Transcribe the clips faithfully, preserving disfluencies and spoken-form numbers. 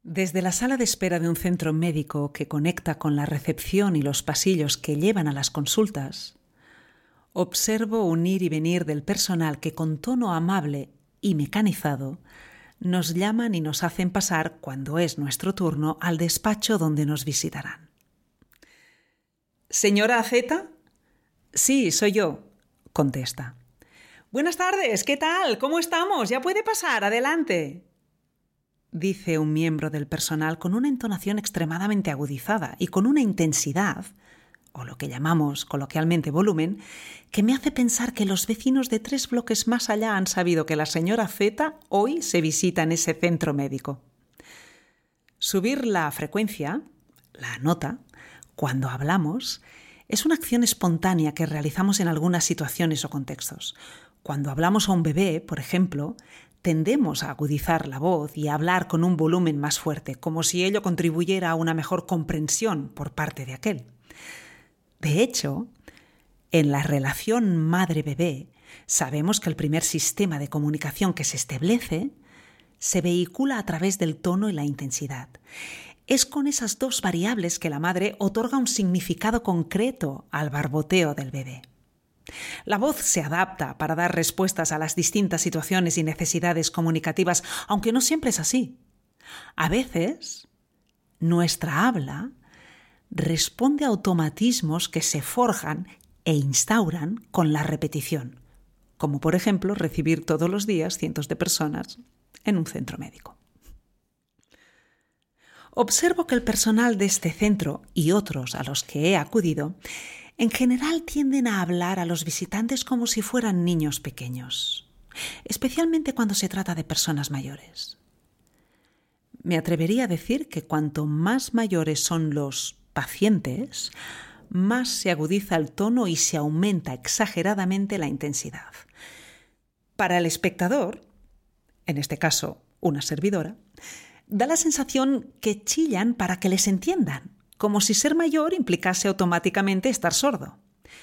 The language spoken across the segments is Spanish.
Desde la sala de espera de un centro médico que conecta con la recepción y los pasillos que llevan a las consultas, observo un ir y venir del personal que con tono amable y mecanizado nos llaman y nos hacen pasar, cuando es nuestro turno, al despacho donde nos visitarán. ¿Señora Z? Sí, soy yo, contesta. Buenas tardes, ¿qué tal? ¿Cómo estamos? Ya puede pasar, adelante. Dice un miembro del personal con una entonación extremadamente agudizada y con una intensidad, o lo que llamamos coloquialmente volumen, que me hace pensar que los vecinos de tres bloques más allá han sabido que la señora Z hoy se visita en ese centro médico. Subir la frecuencia, la nota, cuando hablamos, es una acción espontánea que realizamos en algunas situaciones o contextos. Cuando hablamos a un bebé, por ejemplo, tendemos a agudizar la voz y a hablar con un volumen más fuerte, como si ello contribuyera a una mejor comprensión por parte de aquel. De hecho, en la relación madre-bebé, sabemos que el primer sistema de comunicación que se establece se vehicula a través del tono y la intensidad. Es con esas dos variables que la madre otorga un significado concreto al barboteo del bebé. La voz se adapta para dar respuestas a las distintas situaciones y necesidades comunicativas, aunque no siempre es así. A veces, nuestra habla responde a automatismos que se forjan e instauran con la repetición, como por ejemplo recibir todos los días cientos de personas en un centro médico. Observo que el personal de este centro y otros a los que he acudido en general tienden a hablar a los visitantes como si fueran niños pequeños, especialmente cuando se trata de personas mayores. Me atrevería a decir que cuanto más mayores son los pacientes, más se agudiza el tono y se aumenta exageradamente la intensidad. Para el espectador, en este caso una servidora, da la sensación que chillan para que les entiendan, como si ser mayor implicase automáticamente estar sordo.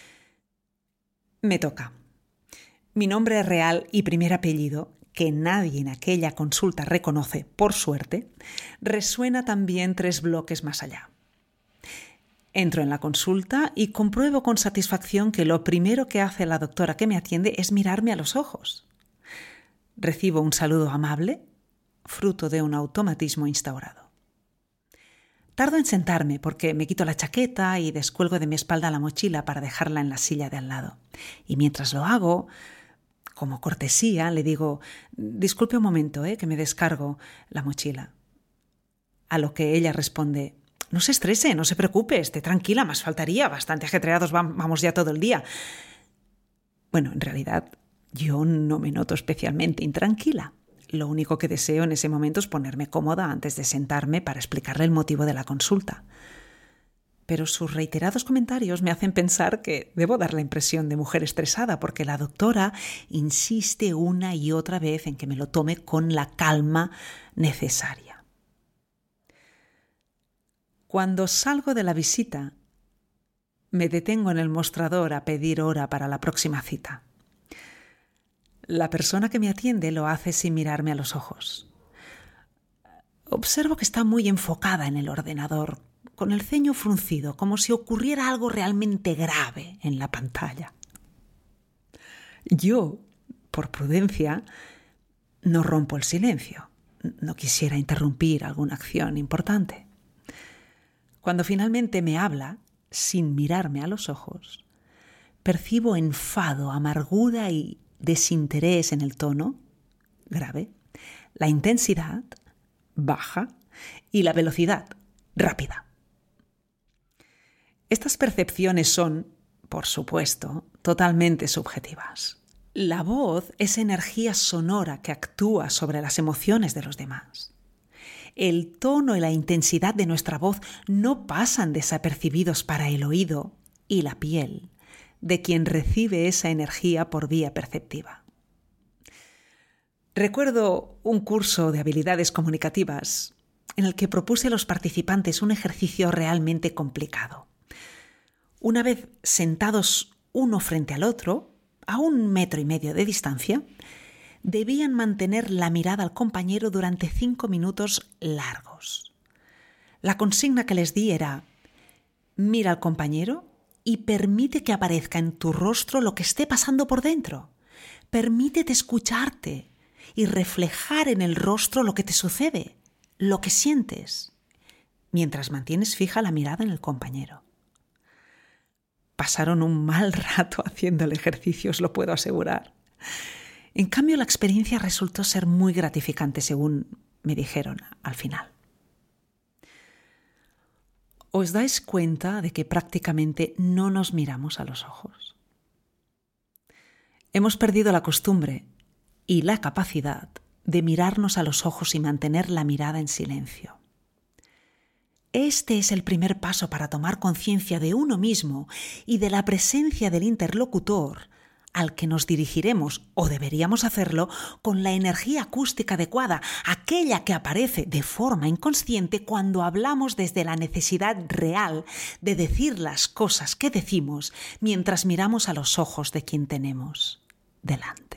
Me toca. Mi nombre real y primer apellido, que nadie en aquella consulta reconoce, por suerte, resuena también tres bloques más allá. Entro en la consulta y compruebo con satisfacción que lo primero que hace la doctora que me atiende es mirarme a los ojos. Recibo un saludo amable, fruto de un automatismo instaurado. Tardo en sentarme porque me quito la chaqueta y descuelgo de mi espalda la mochila para dejarla en la silla de al lado. Y mientras lo hago, como cortesía, le digo, disculpe un momento, ¿eh? que me descargo la mochila. A lo que ella responde, no se estrese, no se preocupe, esté tranquila, más faltaría, bastante ajetreados vamos ya todo el día. Bueno, en realidad yo no me noto especialmente intranquila. Lo único que deseo en ese momento es ponerme cómoda antes de sentarme para explicarle el motivo de la consulta. Pero sus reiterados comentarios me hacen pensar que debo dar la impresión de mujer estresada porque la doctora insiste una y otra vez en que me lo tome con la calma necesaria. Cuando salgo de la visita, me detengo en el mostrador a pedir hora para la próxima cita. La persona que me atiende lo hace sin mirarme a los ojos. Observo que está muy enfocada en el ordenador, con el ceño fruncido, como si ocurriera algo realmente grave en la pantalla. Yo, por prudencia, no rompo el silencio. No quisiera interrumpir alguna acción importante. Cuando finalmente me habla, sin mirarme a los ojos, percibo enfado, amargura y desinterés en el tono, grave, la intensidad, baja, y la velocidad, rápida. Estas percepciones son, por supuesto, totalmente subjetivas. La voz es energía sonora que actúa sobre las emociones de los demás. El tono y la intensidad de nuestra voz no pasan desapercibidos para el oído y la piel de quien recibe esa energía por vía perceptiva. Recuerdo un curso de habilidades comunicativas en el que propuse a los participantes un ejercicio realmente complicado. Una vez sentados uno frente al otro, a un metro y medio de distancia, debían mantener la mirada al compañero durante cinco minutos largos. La consigna que les di era: mira al compañero y permite que aparezca en tu rostro lo que esté pasando por dentro. Permítete escucharte y reflejar en el rostro lo que te sucede, lo que sientes, mientras mantienes fija la mirada en el compañero. Pasaron un mal rato haciendo el ejercicio, os lo puedo asegurar. En cambio, la experiencia resultó ser muy gratificante, según me dijeron al final. ¿Os dais cuenta de que prácticamente no nos miramos a los ojos? Hemos perdido la costumbre y la capacidad de mirarnos a los ojos y mantener la mirada en silencio. Este es el primer paso para tomar conciencia de uno mismo y de la presencia del interlocutor al que nos dirigiremos, o deberíamos hacerlo, con la energía acústica adecuada, aquella que aparece de forma inconsciente cuando hablamos desde la necesidad real de decir las cosas que decimos mientras miramos a los ojos de quien tenemos delante.